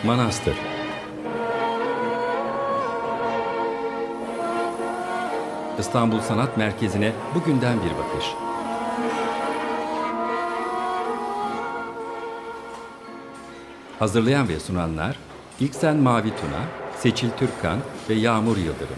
Manastır. İstanbul Sanat Merkezi'ne bugünden bir bakış. Hazırlayan ve sunanlar İlksen Mavi Tuna, Seçil Türkkan ve Yağmur Yıldırım.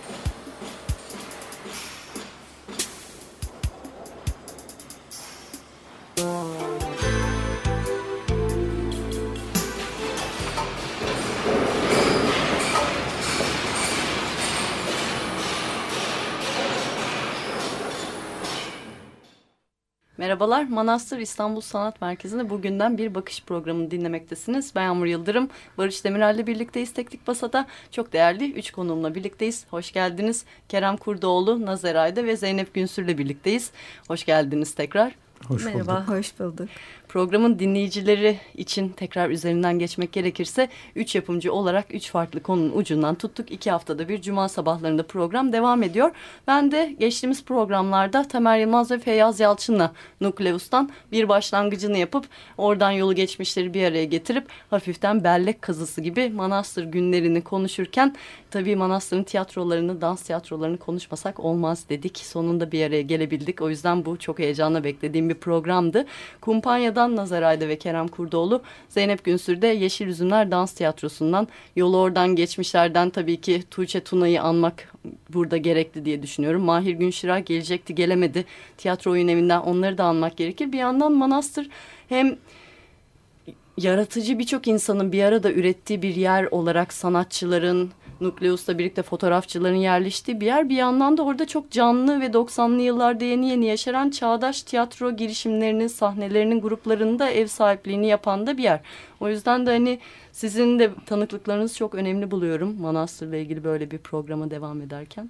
Merhabalar, Manastır İstanbul Sanat Merkezi'nde bugünden bir bakış programını dinlemektesiniz. Ben Yağmur Yıldırım, Barış Demirel'le birlikteyiz Teknik Basa'da. Çok değerli 3 konuğumla birlikteyiz. Hoş geldiniz. Kerem Kurdoğlu, Nazer Ayda ve Zeynep Günsür'le birlikteyiz. Hoş geldiniz tekrar. Hoş bulduk. Merhaba, hoş bulduk. Programın dinleyicileri için tekrar üzerinden geçmek gerekirse 3 yapımcı olarak 3 farklı konunun ucundan tuttuk. 2 haftada bir cuma sabahlarında program devam ediyor. Ben de geçtiğimiz programlarda Tamer Yılmaz ve Feyyaz Yalçın'la Nukleus'tan bir başlangıcını yapıp oradan yolu geçmişleri bir araya getirip hafiften bellek kazısı gibi Manastır günlerini konuşurken tabii Manastır'ın tiyatrolarını, dans tiyatrolarını konuşmasak olmaz dedik. Sonunda bir araya gelebildik. O yüzden bu çok heyecanla beklediğim bir programdı. Kumpanya'dan Nazer Ayda ve Kerem Kurdoğlu, Zeynep Günsür'de Yeşil Üzümler Dans Tiyatrosu'ndan, yolu oradan geçmişlerden tabii ki Tuğçe Tuna'yı anmak burada gerekli diye düşünüyorum. Mahir Günşiray gelecekti, gelemedi. Tiyatro oyun evinden onları da anmak gerekir. Bir yandan Manastır hem yaratıcı birçok insanın bir arada ürettiği bir yer olarak sanatçıların, Nukleus'la birlikte fotoğrafçıların yerleştiği bir yer. Bir yandan da orada çok canlı ve 90'lı yıllarda yeni yeni yaşaran çağdaş tiyatro girişimlerinin, sahnelerinin, gruplarının da ev sahipliğini yapan da bir yer. O yüzden de hani sizin de tanıklıklarınızı çok önemli buluyorum Manastır'la ilgili böyle bir programa devam ederken.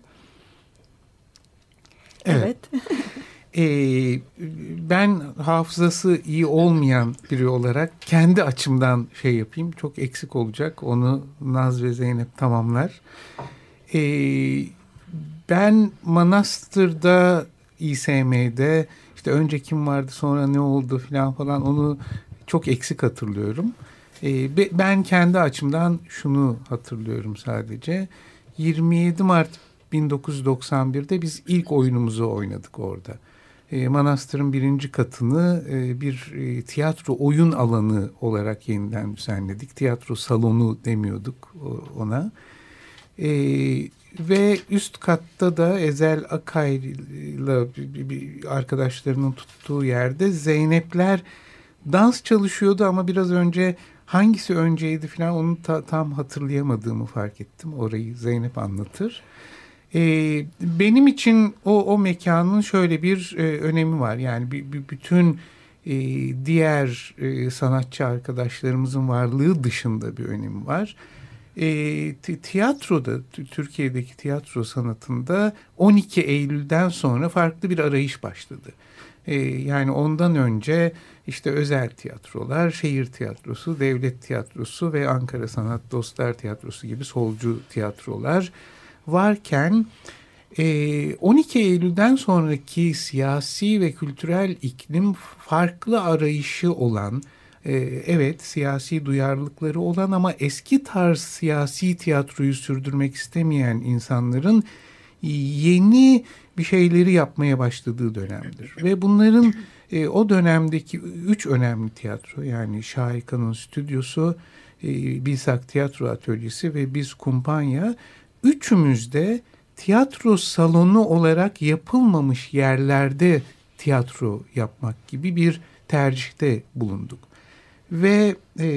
Evet. Ben hafızası iyi olmayan biri olarak kendi açımdan şey yapayım. Çok eksik olacak. Onu Naz ve Zeynep tamamlar. Ben Manastır'da, İSM'de işte önce kim vardı sonra ne oldu falan onu çok eksik hatırlıyorum. Ben kendi açımdan şunu hatırlıyorum sadece. 27 Mart 1991'de biz ilk oyunumuzu oynadık orada. Manastır'ın 1. katını bir tiyatro oyun alanı olarak yeniden düzenledik. Tiyatro salonu demiyorduk ona. Ve üst katta da Ezel Akay'la bir arkadaşlarının tuttuğu yerde Zeynepler dans çalışıyordu ama biraz önce hangisi önceydi falan onu tam hatırlayamadığımı fark ettim. Orayı Zeynep anlatır. Benim için o mekanın şöyle bir önemi var. Yani bütün diğer sanatçı arkadaşlarımızın varlığı dışında bir önemi var. Tiyatroda, Türkiye'deki tiyatro sanatında 12 Eylül'den sonra farklı bir arayış başladı. Yani ondan önce işte özel tiyatrolar, şehir tiyatrosu, devlet tiyatrosu ve Ankara Sanat Dostlar Tiyatrosu gibi solcu tiyatrolar varken 12 Eylül'den sonraki siyasi ve kültürel iklim farklı arayışı olan, evet siyasi duyarlılıkları olan ama eski tarz siyasi tiyatroyu sürdürmek istemeyen insanların yeni bir şeyleri yapmaya başladığı dönemdir. Ve bunların o dönemdeki 3 önemli tiyatro, yani Şahika'nın stüdyosu, Bilsak Tiyatro Atölyesi ve biz Kumpanya, üçümüzde tiyatro salonu olarak yapılmamış yerlerde tiyatro yapmak gibi bir tercihte bulunduk. Ve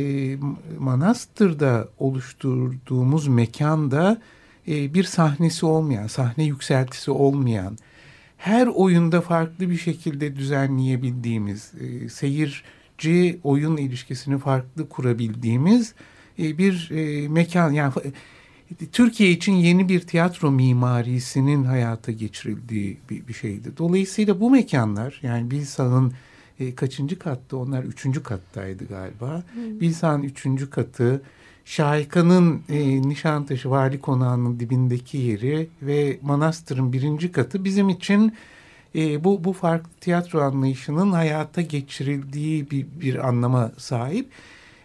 Manastır'da oluşturduğumuz mekanda bir sahnesi olmayan, sahne yükseltisi olmayan, her oyunda farklı bir şekilde düzenleyebildiğimiz, seyirci oyun ilişkisini farklı kurabildiğimiz bir mekan. Yani Türkiye için yeni bir tiyatro mimarisinin hayata geçirildiği bir şeydi. Dolayısıyla bu mekanlar, yani Bilsak'ın kaçıncı kattı? Onlar 3. kattaydı galiba. Bilsak'ın 3. katı, Şahika'nın Nişantaşı Vali Konağı'nın dibindeki yeri ve Manastır'ın 1. katı bizim için bu farklı tiyatro anlayışının hayata geçirildiği bir anlama sahip.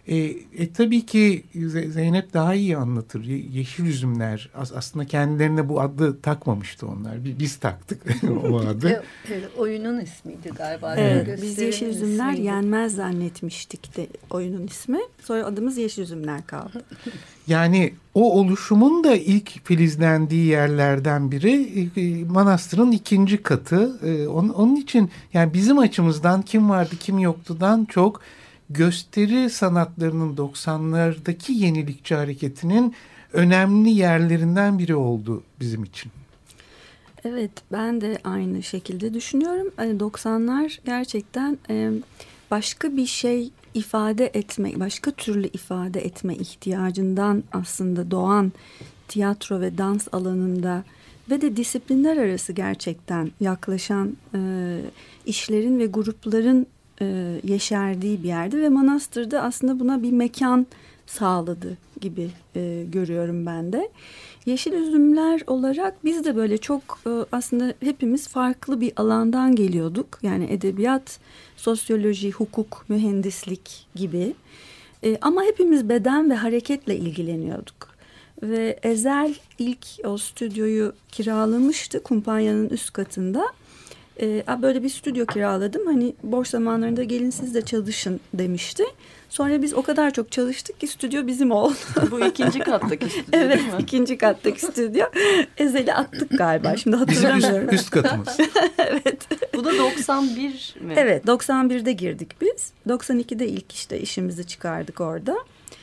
Tabii ki Zeynep daha iyi anlatır. Yeşil Üzümler aslında kendilerine bu adı takmamıştı onlar. Biz taktık o adı. Oyunun ismiydi galiba. Evet, biz Yeşil Üzümler Yenmez zannetmiştik de oyunun ismi. Sonra adımız Yeşil Üzümler kaldı. Yani o oluşumun da ilk filizlendiği yerlerden biri manastırın 2. katı. Onun için yani bizim açımızdan kim vardı kim yoktudan çok gösteri sanatlarının 90'lardaki yenilikçi hareketinin önemli yerlerinden biri oldu bizim için. Evet, ben de aynı şekilde düşünüyorum. 90'lar gerçekten başka bir şey ifade etme, başka türlü ifade etme ihtiyacından aslında doğan tiyatro ve dans alanında ve de disiplinler arası gerçekten yaklaşan işlerin ve grupların yeşerdiği bir yerdi ve manastırda aslında buna bir mekan sağladı gibi görüyorum ben de. Yeşil Üzümler olarak biz de böyle çok aslında hepimiz farklı bir alandan geliyorduk. Yani edebiyat, sosyoloji, hukuk, mühendislik gibi. Ama hepimiz beden ve hareketle ilgileniyorduk. Ve Ezel ilk o stüdyoyu kiralamıştı kumpanyanın üst katında. Böyle bir stüdyo kiraladım. Hani boş zamanlarında gelin siz de çalışın demişti. Sonra biz o kadar çok çalıştık ki stüdyo bizim oldu. Bu 2. kattaki stüdyo evet, değil mi? 2. kattaki stüdyo. Ezel'i attık galiba. Şimdi hatırlamıyorum. Bizim üst katımız. evet. Bu da 91 mi? Evet, 91'de girdik biz. 92'de ilk işte işimizi çıkardık orada.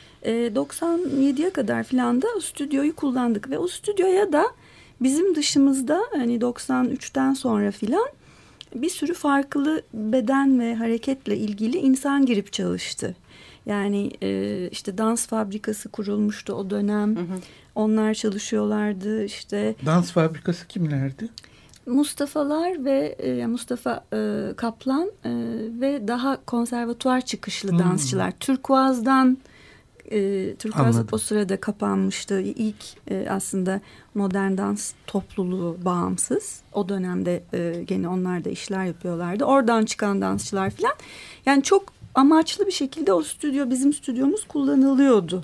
97'ye kadar filan da o stüdyoyu kullandık ve o stüdyoya da bizim dışımızda hani 93'ten sonra filan bir sürü farklı beden ve hareketle ilgili insan girip çalıştı. Yani işte dans fabrikası kurulmuştu o dönem. Hı hı. Onlar çalışıyorlardı işte. Dans fabrikası kimlerdi? Mustafa'lar ve Mustafa Kaplan ve daha konservatuvar çıkışlı dansçılar. Turkuaz'dan Turkuaz o sırada kapanmıştı. İlk aslında modern dans topluluğu bağımsız. O dönemde gene onlar da işler yapıyorlardı. Oradan çıkan dansçılar falan. Yani çok amaçlı bir şekilde o stüdyo, bizim stüdyomuz kullanılıyordu.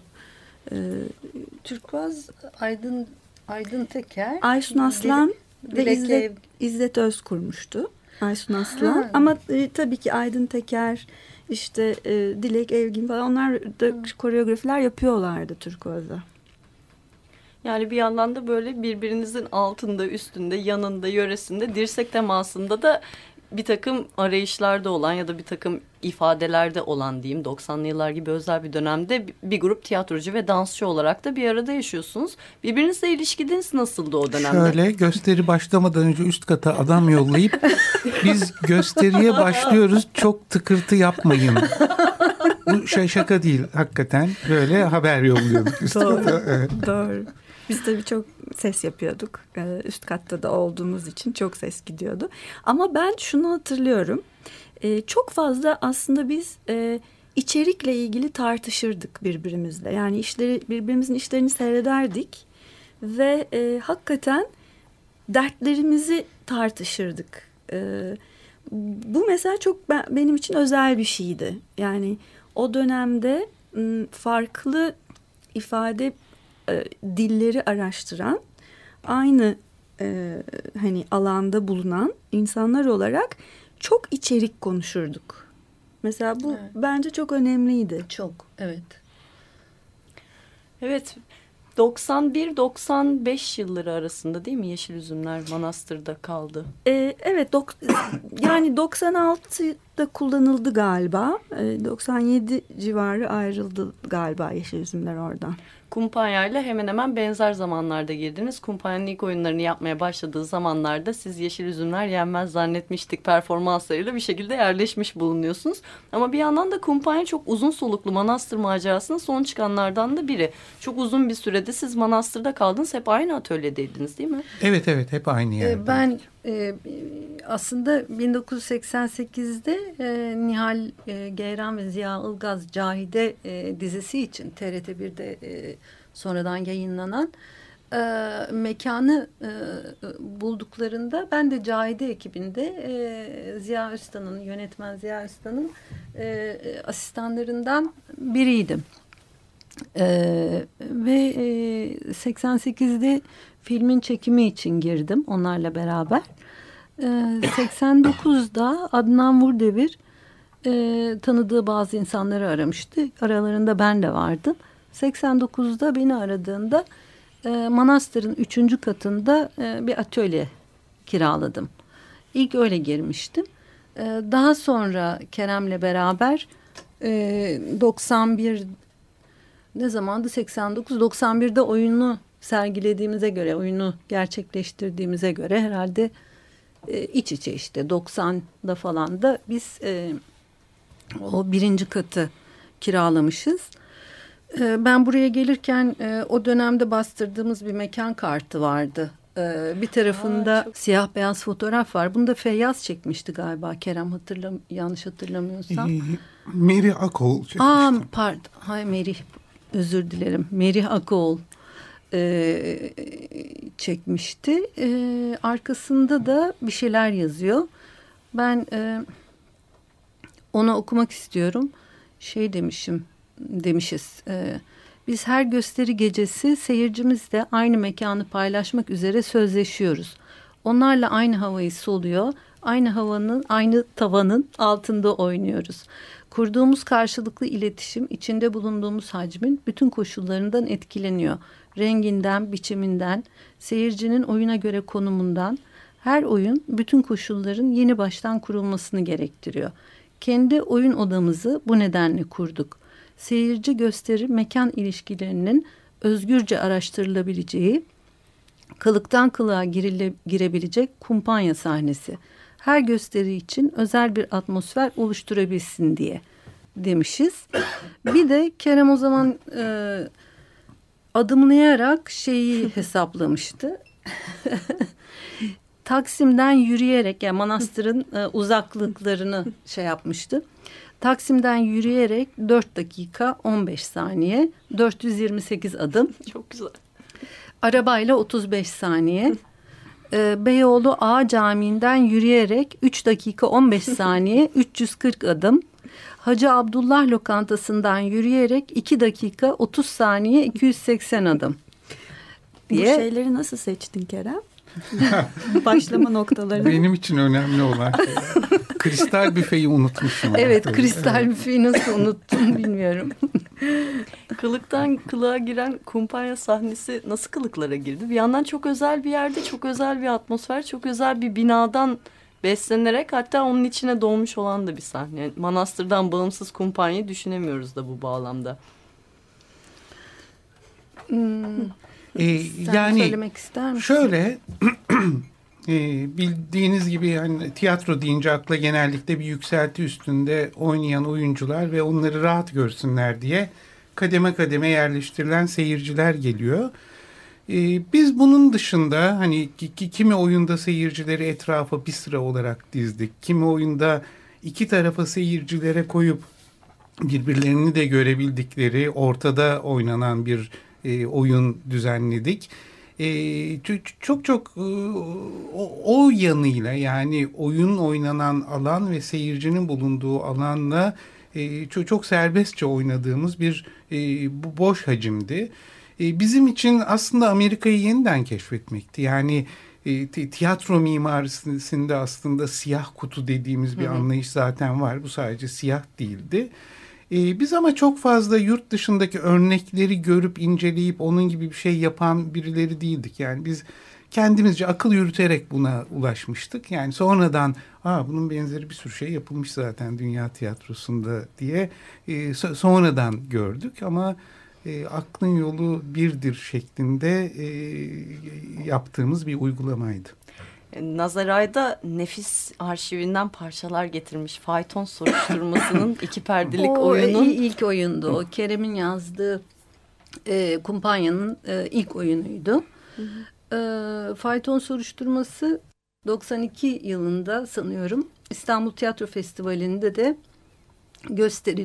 Turkuaz, Aydın Teker, Aysun Aslan ve İzzet Öz kurmuştu. Aysun Aslan. Ama tabii ki Aydın Teker, işte Dilek Evgin falan onlar da koreografiler yapıyorlardı Turkuaz'a. Yani bir yandan da böyle birbirinizin altında, üstünde, yanında, yöresinde, dirsek temasında da bir takım arayışlarda olan ya da bir takım ifadelerde olan diyeyim 90'lı yıllar gibi özel bir dönemde bir grup tiyatrocu ve dansçı olarak da bir arada yaşıyorsunuz. Birbirinizle ilişkiniz nasıldı o dönemde? Şöyle gösteri başlamadan önce üst kata adam yollayıp biz gösteriye başlıyoruz çok tıkırtı yapmayın. Bu şaka değil hakikaten böyle haber yolluyorduk üst kata. Evet. Doğru. Biz tabii çok ses yapıyorduk. Üst katta da olduğumuz için çok ses gidiyordu. Ama ben şunu hatırlıyorum. Çok fazla aslında biz içerikle ilgili tartışırdık birbirimizle. Yani birbirimizin işlerini seyrederdik. Ve hakikaten dertlerimizi tartışırdık. Bu mesela çok benim için özel bir şeydi. Yani o dönemde farklı ifade dilleri araştıran aynı hani alanda bulunan insanlar olarak çok içerik konuşurduk. Mesela bu bence çok önemliydi. Çok, evet. Evet. 91-95 yılları arasında değil mi Yeşil Üzümler Manastır'da kaldı? Evet, yani 96'da kullanıldı galiba. 97 civarı ayrıldı galiba Yeşil Üzümler oradan. Kumpanyayla hemen hemen benzer zamanlarda girdiniz. Kumpanyanın ilk oyunlarını yapmaya başladığı zamanlarda siz Yeşil Üzümler Yenmez zannetmiştik performanslarıyla bir şekilde yerleşmiş bulunuyorsunuz. Ama bir yandan da kumpanya çok uzun soluklu manastır macerasının son çıkanlardan da biri. Çok uzun bir sürede siz manastırda kaldınız. Hep aynı atölyedeydiniz değil mi? Evet hep aynı yerde. Ben aslında 1988'de Nihal Geyran ve Ziya Ilgaz Cahide dizisi için TRT1'de sonradan yayınlanan mekanı bulduklarında ben de Cahide ekibinde Ziya Öztan'ın, yönetmen Ziya Öztan'ın asistanlarından biriydim. Ve 88'de filmin çekimi için girdim onlarla beraber. 89'da Adnan Vurdevir tanıdığı bazı insanları aramıştı. Aralarında ben de vardım. 89'da beni aradığında Manastır'ın 3. katında bir atölye kiraladım. İlk öyle girmiştim. Daha sonra Kerem'le beraber 91 ne zamandı 89-91'de oyunu sergilediğimize göre, oyunu gerçekleştirdiğimize göre herhalde iç içe işte 90'da falan da biz o 1. katı kiralamışız. Ben buraya gelirken o dönemde bastırdığımız bir mekan kartı vardı. Bir tarafında siyah beyaz fotoğraf var. Bunu da Feyyaz çekmişti galiba Kerem, yanlış hatırlamıyorsam. Merih Akoğlu çekmişti. Pardon. Hay Merih, özür dilerim. Merih Akoğlu çekmişti. Arkasında da bir şeyler yazıyor. Ben onu okumak istiyorum. Demişiz. Biz her gösteri gecesi seyircimizle aynı mekanı paylaşmak üzere sözleşiyoruz. Onlarla aynı havayı soluyor, aynı tavanın altında oynuyoruz. Kurduğumuz karşılıklı iletişim içinde bulunduğumuz hacmin bütün koşullarından etkileniyor. Renginden, biçiminden, seyircinin oyuna göre konumundan, her oyun bütün koşulların yeni baştan kurulmasını gerektiriyor. Kendi oyun odamızı bu nedenle kurduk. Seyirci gösteri mekan ilişkilerinin özgürce araştırılabileceği, kılıktan kılığa girebilecek kumpanya sahnesi. Her gösteri için özel bir atmosfer oluşturabilsin diye demişiz. Bir de Kerem o zaman adımlayarak şeyi hesaplamıştı. Taksim'den yürüyerek, yani Manastır'ın uzaklıklarını yapmıştı. Taksim'den yürüyerek 4 dakika 15 saniye, 428 adım. Çok güzel. Arabayla 35 saniye. Beyoğlu Ağa Camii'nden yürüyerek 3 dakika 15 saniye, 340 adım. Hacı Abdullah Lokantası'ndan yürüyerek 2 dakika 30 saniye, 280 adım. Diye. Bu şeyleri nasıl seçtin Kerem? Başlama noktaları. Benim için önemli olan şey. Kristal büfeyi unutmuşum. Evet, kristal büfeyi nasıl unuttum bilmiyorum. Kılıktan kılığa giren kumpanya sahnesi nasıl kılıklara girdi? Bir yandan çok özel bir yerde, çok özel bir atmosfer, çok özel bir binadan beslenerek hatta onun içine doğmuş olan da bir sahne. Manastır'dan bağımsız kumpanyayı düşünemiyoruz da bu bağlamda. Sen söylemek ister misin? Şöyle bildiğiniz gibi yani tiyatro deyince akla genellikle bir yükselti üstünde oynayan oyuncular ve onları rahat görsünler diye kademe kademe yerleştirilen seyirciler geliyor. Biz bunun dışında hani kimi oyunda seyircileri etrafa bir sıra olarak dizdik. Kimi oyunda iki tarafa seyircilere koyup birbirlerini de görebildikleri ortada oynanan bir oyun düzenledik. Çok o yanıyla yani oyun oynanan alan ve seyircinin bulunduğu alanla çok serbestçe oynadığımız bir boş hacimdi. Bizim için aslında Amerika'yı yeniden keşfetmekti. Yani tiyatro mimarisinde aslında siyah kutu dediğimiz bir anlayış zaten var. Bu sadece siyah değildi. Biz ama çok fazla yurt dışındaki örnekleri görüp inceleyip onun gibi bir şey yapan birileri değildik. Yani biz kendimizce akıl yürüterek buna ulaşmıştık. Yani sonradan bunun benzeri bir sürü şey yapılmış zaten dünya tiyatrosunda diye sonradan gördük. Ama aklın yolu birdir şeklinde yaptığımız bir uygulamaydı. Nazaray'da Nefis arşivinden parçalar getirmiş. Fayton soruşturmasının 2 perdelik oyunun. ilk oyundu. O Kerem'in yazdığı kumpanyanın ilk oyunuydu. Fayton soruşturması 92 yılında sanıyorum İstanbul Tiyatro Festivali'nde de gösterildi.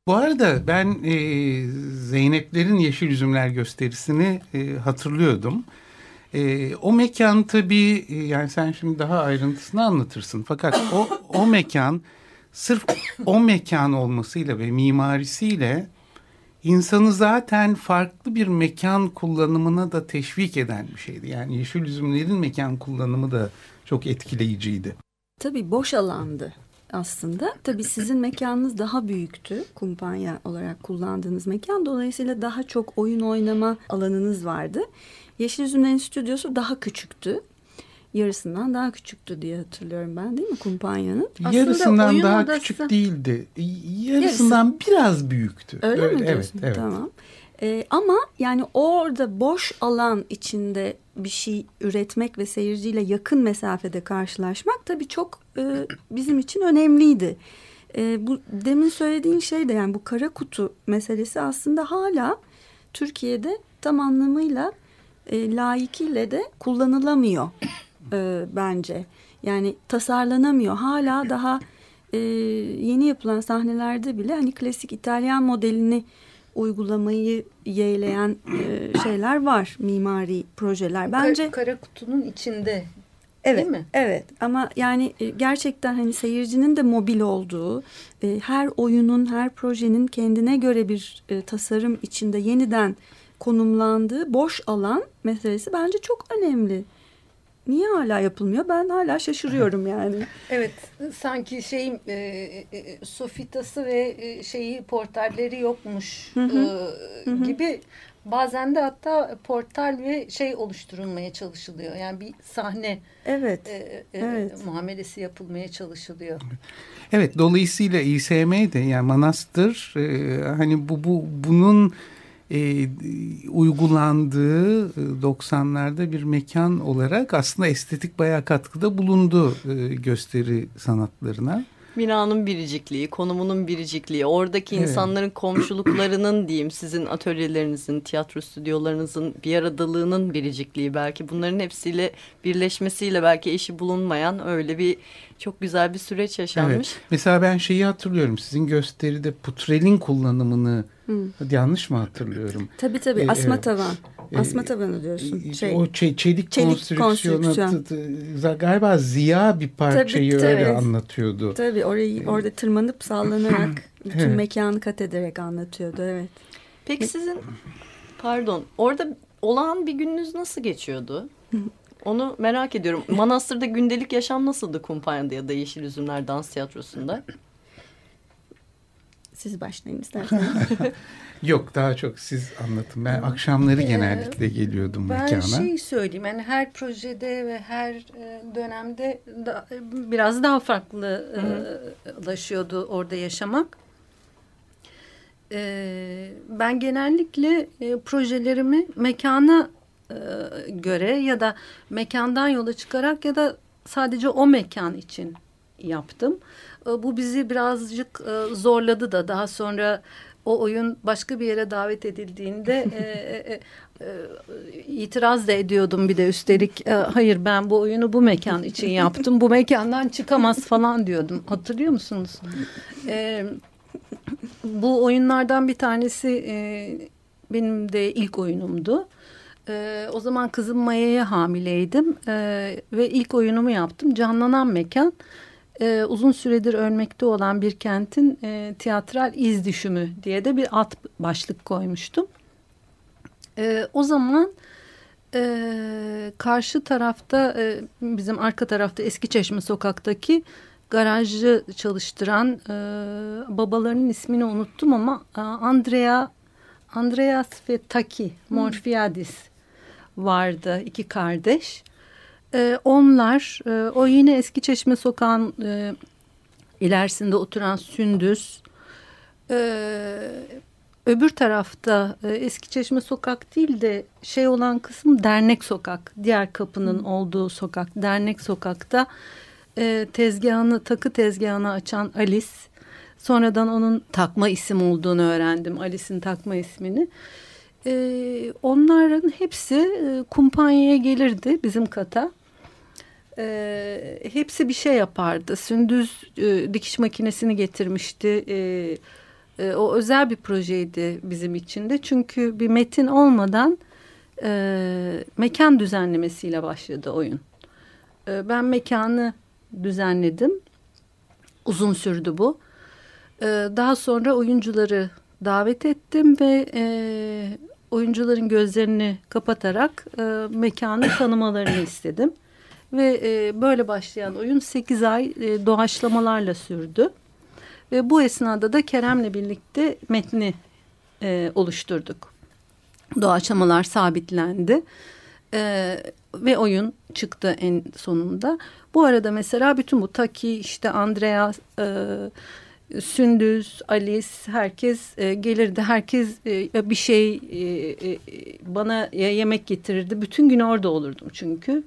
Bu arada ben Zeynep'lerin Yeşil Üzümler gösterisini hatırlıyordum. O mekan tabii yani sen şimdi daha ayrıntısını anlatırsın. Fakat o mekan sırf o mekan olmasıyla ve mimarisiyle insanı zaten farklı bir mekan kullanımına da teşvik eden bir şeydi. Yani Yeşil Üzümler'in mekan kullanımı da çok etkileyiciydi. Tabii boş alandı aslında. Tabii sizin mekanınız daha büyüktü. Kumpanya olarak kullandığınız mekan. Dolayısıyla daha çok oyun oynama alanınız vardı. Yeşil Üzümler'in stüdyosu daha küçüktü. Yarısından daha küçüktü diye hatırlıyorum ben, değil mi kumpanyanın? Yarısından daha küçük değildi. Yarısından biraz büyüktü. Öyle mi diyorsun? Evet. Tamam. Ama yani orada boş alan içinde bir şey üretmek ve seyirciyle yakın mesafede karşılaşmak tabii çok bizim için önemliydi. Bu demin söylediğin şey de, yani bu kara kutu meselesi aslında hala Türkiye'de tam anlamıyla layıkıyla de kullanılamıyor bence. Yani tasarlanamıyor. Hala daha yeni yapılan sahnelerde bile hani klasik İtalyan modelini uygulamayı yeğleyen şeyler var, mimari projeler. Bence kara kutunun içinde. evet, değil mi? Evet, ama yani gerçekten hani seyircinin de mobil olduğu, her oyunun, her projenin kendine göre bir tasarım içinde yeniden konumlandığı boş alan meselesi bence çok önemli. Niye hala yapılmıyor? Ben hala şaşırıyorum yani. Evet, sanki sofitası ve portalleri yokmuş gibi. Bazen de hatta portal ve oluşturulmaya çalışılıyor. Yani bir sahne Evet. muamelesi yapılmaya çalışılıyor. Evet, dolayısıyla İSM'de yani manastır hani bunun uygulandığı 90'larda bir mekan olarak aslında estetik bayağı katkıda bulundu gösteri sanatlarına. Binanın biricikliği, konumunun biricikliği, oradaki insanların komşuluklarının diyeyim, sizin atölyelerinizin, tiyatro stüdyolarınızın bir aradalığının biricikliği, belki bunların hepsiyle birleşmesiyle belki eşi bulunmayan öyle bir çok güzel bir süreç yaşanmış. Evet. Mesela ben şeyi hatırlıyorum, sizin gösteride putrelin kullanımını yanlış mı hatırlıyorum? Tabii asma tavan. Asma tavanı diyorsun. O çelik konstrüksiyonu galiba Ziya bir parçayı öyle anlatıyordu. Tabii orada tırmanıp sallanarak bütün mekanı kat ederek anlatıyordu. Evet. Peki sizin orada olağan bir gününüz nasıl geçiyordu? Onu merak ediyorum. Manastır'da gündelik yaşam nasıldı kumpanyada ya da Yeşil Üzümler Dans Tiyatrosu'nda? Siz başlayın isterseniz. Yok, daha çok siz anlatın. Ben akşamları genellikle geliyordum mekana. Ben söyleyeyim. Yani her projede ve her dönemde biraz daha farklılaşıyordu orada yaşamak. Ben genellikle projelerimi mekana göre ya da mekandan yola çıkarak ya da sadece o mekan için yaptım. Bu bizi birazcık zorladı da daha sonra o oyun başka bir yere davet edildiğinde itiraz da ediyordum bir de üstelik. Hayır, ben bu oyunu bu mekan için yaptım. Bu mekandan çıkamaz falan diyordum. Hatırlıyor musunuz? Bu oyunlardan bir tanesi benim de ilk oyunumdu. O zaman kızım Maya'ya hamileydim ve ilk oyunumu yaptım. Canlanan mekan, uzun süredir ölmekte olan bir kentin tiyatral iz düşümü diye de bir alt başlık koymuştum. O zaman karşı tarafta, bizim arka tarafta Eskiçeşme sokaktaki garajı çalıştıran babalarının ismini unuttum ama Andreas ve Taki Morfiadis vardı, iki kardeş. Onlar o yine Eskiçeşme sokağın ilerisinde oturan Sündüz, öbür tarafta Eskiçeşme sokak değil de olan kısım Dernek Sokak, diğer kapının olduğu sokak, Dernek Sokak'ta takı tezgahını açan Alice, sonradan onun takma isim olduğunu öğrendim, Alice'in takma ismini. Onların hepsi kumpanyaya gelirdi bizim kata. Hepsi bir şey yapardı. Sündüz dikiş makinesini getirmişti. O özel bir projeydi bizim için de. Çünkü bir metin olmadan mekan düzenlemesiyle başladı oyun. Ben mekanı düzenledim. Uzun sürdü bu. Daha sonra oyuncuları davet ettim ve oyuncuların gözlerini kapatarak mekanı tanımalarını istedim. Ve böyle başlayan oyun 8 ay doğaçlamalarla sürdü. Ve bu esnada da Kerem'le birlikte metni oluşturduk. Doğaçlamalar sabitlendi. Ve oyun çıktı en sonunda. Bu arada mesela bütün bu Taki, işte Andrea, Sündüz, Alice, herkes gelirdi. Herkes bir şey bana yemek getirirdi. Bütün gün orada olurdum çünkü.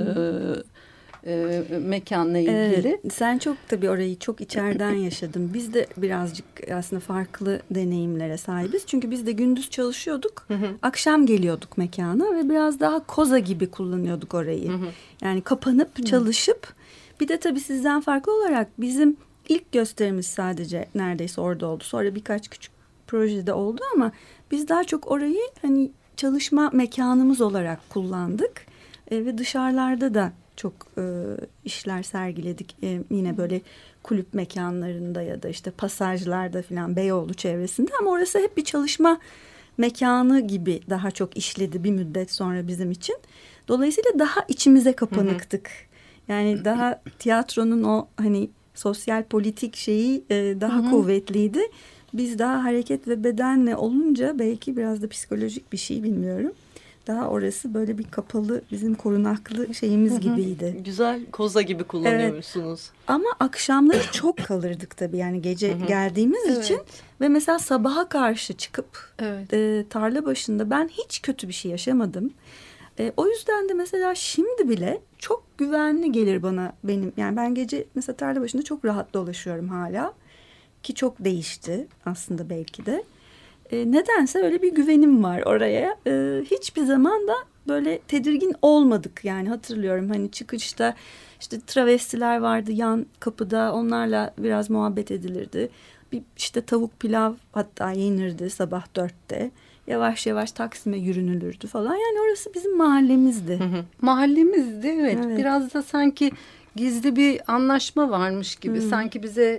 Mekanla ilgili. Evet, sen çok tabii orayı çok içeriden yaşadın. Biz de birazcık aslında farklı deneyimlere sahibiz. Çünkü biz de gündüz çalışıyorduk. Akşam geliyorduk mekana ve biraz daha koza gibi kullanıyorduk orayı. Yani kapanıp çalışıp, bir de tabii sizden farklı olarak bizim ilk gösterimiz sadece neredeyse orada oldu. Sonra birkaç küçük projede oldu ama biz daha çok orayı hani çalışma mekanımız olarak kullandık. Ve dışarılarda da çok işler sergiledik. Yine böyle kulüp mekanlarında ya da işte pasajlarda falan, Beyoğlu çevresinde, ama orası hep bir çalışma mekanı gibi daha çok işledi bir müddet sonra bizim için. Dolayısıyla daha içimize kapanıktık. Yani daha tiyatronun o hani sosyal politik şeyi daha kuvvetliydi. Biz daha hareket ve bedenle olunca, belki biraz da psikolojik bir şey, bilmiyorum. Daha orası böyle bir kapalı, bizim korunaklı şeyimiz gibiydi. Güzel, koza gibi kullanıyorsunuz. Evet. Ama akşamları çok kalırdık tabii, yani gece geldiğimiz için. Ve mesela sabaha karşı çıkıp tarla başında ben hiç kötü bir şey yaşamadım. O yüzden de mesela şimdi bile çok güvenli gelir bana benim. Yani ben gece mesela tarla başında çok rahat dolaşıyorum hala. Ki çok değişti aslında belki de. Nedense öyle bir güvenim var oraya. Hiçbir zaman da böyle tedirgin olmadık. Yani hatırlıyorum hani çıkışta işte travestiler vardı yan kapıda, onlarla biraz muhabbet edilirdi. Bir işte tavuk pilav hatta yenirdi sabah 4'te. Yavaş yavaş Taksim'e yürünülürdü falan. Yani orası bizim mahallemizdi. Mahallemizdi, evet. Biraz da sanki gizli bir anlaşma varmış gibi. Sanki bize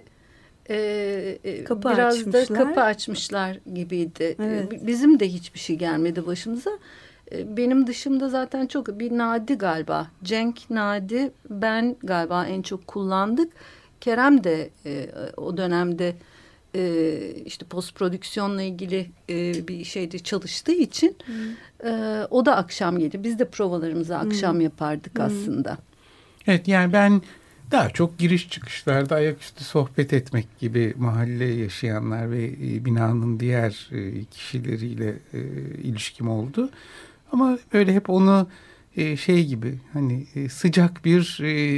biraz açmışlar. Da kapı açmışlar gibiydi. Evet. Bizim de hiçbir şey gelmedi başımıza. Benim dışımda zaten çok bir Nadi galiba. Cenk, Nadi, ben galiba en çok kullandık. Kerem de o dönemde işte post prodüksiyonla ilgili bir şeyde çalıştığı için o da akşam geldi. Biz de provalarımızı akşam yapardık aslında. Evet, yani ben daha çok giriş çıkışlarda ayaküstü sohbet etmek gibi mahalle yaşayanlar ve binanın diğer kişileriyle ilişkim oldu. Ama böyle hep onu şey gibi, hani sıcak bir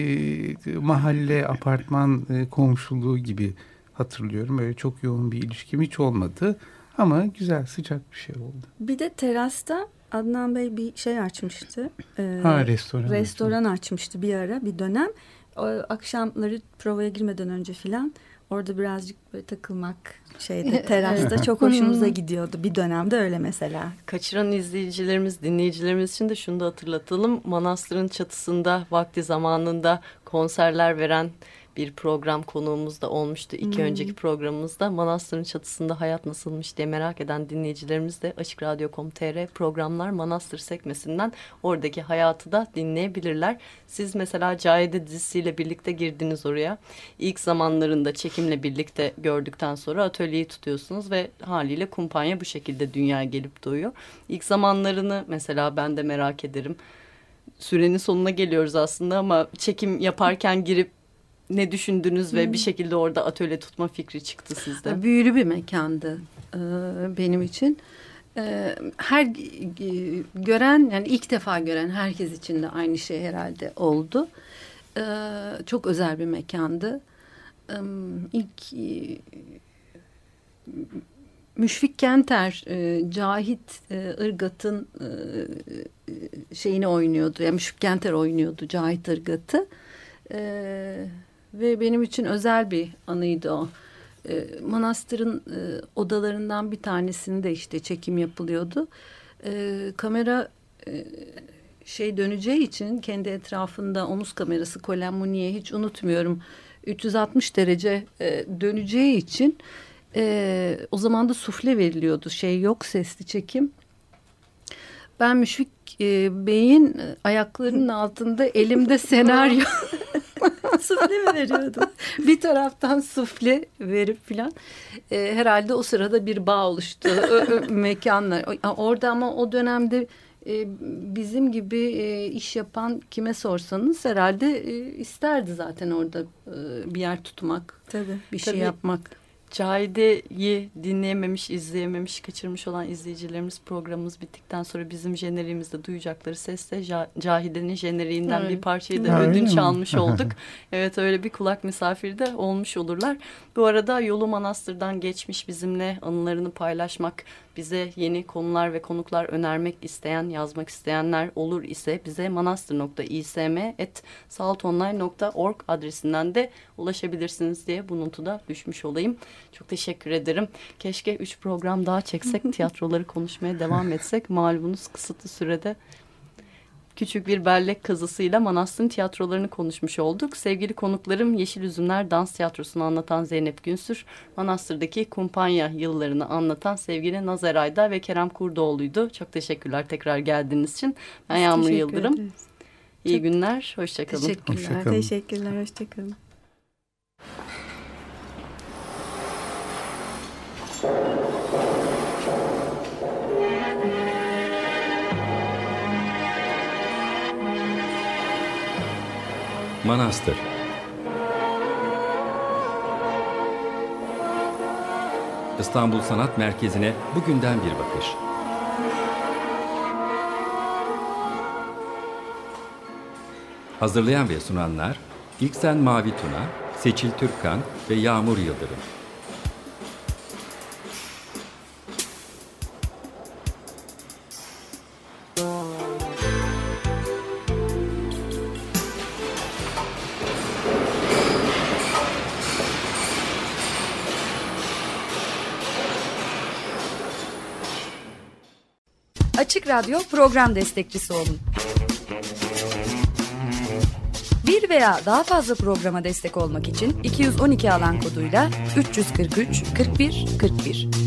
mahalle apartman komşuluğu gibi hatırlıyorum. Öyle çok yoğun bir ilişkim hiç olmadı ama güzel, sıcak bir şey oldu. Bir de terasta Adnan Bey bir şey açmıştı. Restoran açmıştı bir ara, bir dönem. O akşamları provaya girmeden önce filan orada birazcık böyle takılmak terasta çok hoşumuza gidiyordu. Bir dönemde öyle mesela. Kaçıran izleyicilerimiz, dinleyicilerimiz için de şunu da hatırlatalım. Manastırın çatısında vakti zamanında konserler veren bir program konuğumuz da olmuştu. İki önceki programımızda Manastırın Çatısında Hayat Nasılmış diye merak eden dinleyicilerimiz de açıkradyo.com.tr programlar Manastır sekmesinden oradaki hayatı da dinleyebilirler. Siz mesela Cahide dizisiyle birlikte girdiniz oraya. İlk zamanlarında çekimle birlikte gördükten sonra atölyeyi tutuyorsunuz ve haliyle kumpanya bu şekilde dünyaya gelip doğuyor. İlk zamanlarını mesela ben de merak ederim. Sürenin sonuna geliyoruz aslında ama çekim yaparken girip ne düşündünüz ve bir şekilde orada atölye tutma fikri çıktı sizde? Büyülü bir mekandı benim için. Her gören, yani ilk defa gören herkes için de aynı şey herhalde oldu. Çok özel bir mekandı. İlk Müşfik Kenter, Cahit Irgat'ın şeyini oynuyordu. Yani Müşfik Kenter oynuyordu Cahit Irgat'ı. Ve benim için özel bir anıydı o. Manastırın odalarından bir tanesinde işte çekim yapılıyordu. Kamera döneceği için kendi etrafında omuz kamerası Colin Mooney'e hiç unutmuyorum 360 derece döneceği için o zaman da sufle veriliyordu. Yok, sesli çekim. Ben Müşfik Bey'in ayaklarının altında elimde senaryo Sufle mi veriyordun? bir taraftan sufle verip filan herhalde o sırada bir bağ oluştu mekanlar. Orada ama o dönemde bizim gibi iş yapan kime sorsanız herhalde isterdi zaten orada bir yer tutmak, Tabii. bir şey yapmak. Cahide'yi dinleyememiş, izleyememiş, kaçırmış olan izleyicilerimiz programımız bittikten sonra bizim jeneriğimizde duyacakları sesle Cahide'nin jeneriğinden bir parçayı da ödünç almış olduk. Evet, öyle bir kulak misafiri de olmuş olurlar. Bu arada Yolu Manastır'dan geçmiş bizimle anılarını paylaşmak, bize yeni konular ve konuklar önermek isteyen, yazmak isteyenler olur ise bize manastır.ism@saltonline.org adresinden de ulaşabilirsiniz diye bu notu da düşmüş olayım. Çok teşekkür ederim. Keşke 3 program daha çeksek, tiyatroları konuşmaya devam etsek. Malumunuz kısıtlı sürede küçük bir bellek kazısıyla Manastır'ın tiyatrolarını konuşmuş olduk. Sevgili konuklarım Yeşil Üzümler Dans Tiyatrosu'nu anlatan Zeynep Günsür, Manastır'daki kumpanya yıllarını anlatan sevgili Nazer Ayda ve Kerem Kurdoğlu'ydu. Çok teşekkürler tekrar geldiğiniz için. Ben Yağmur Yıldırım. İyi günler, hoşçakalın. Teşekkürler. Teşekkürler, hoşçakalın. Manastır. İstanbul Sanat Merkezi'ne bugünden bir bakış. Hazırlayan ve sunanlar İlksen Mavi Tuna, Seçil Türkkan ve Yağmur Yıldırım. Açık Radyo program destekçisi olun. Bir veya daha fazla programa destek olmak için 212 alan koduyla 343 41 41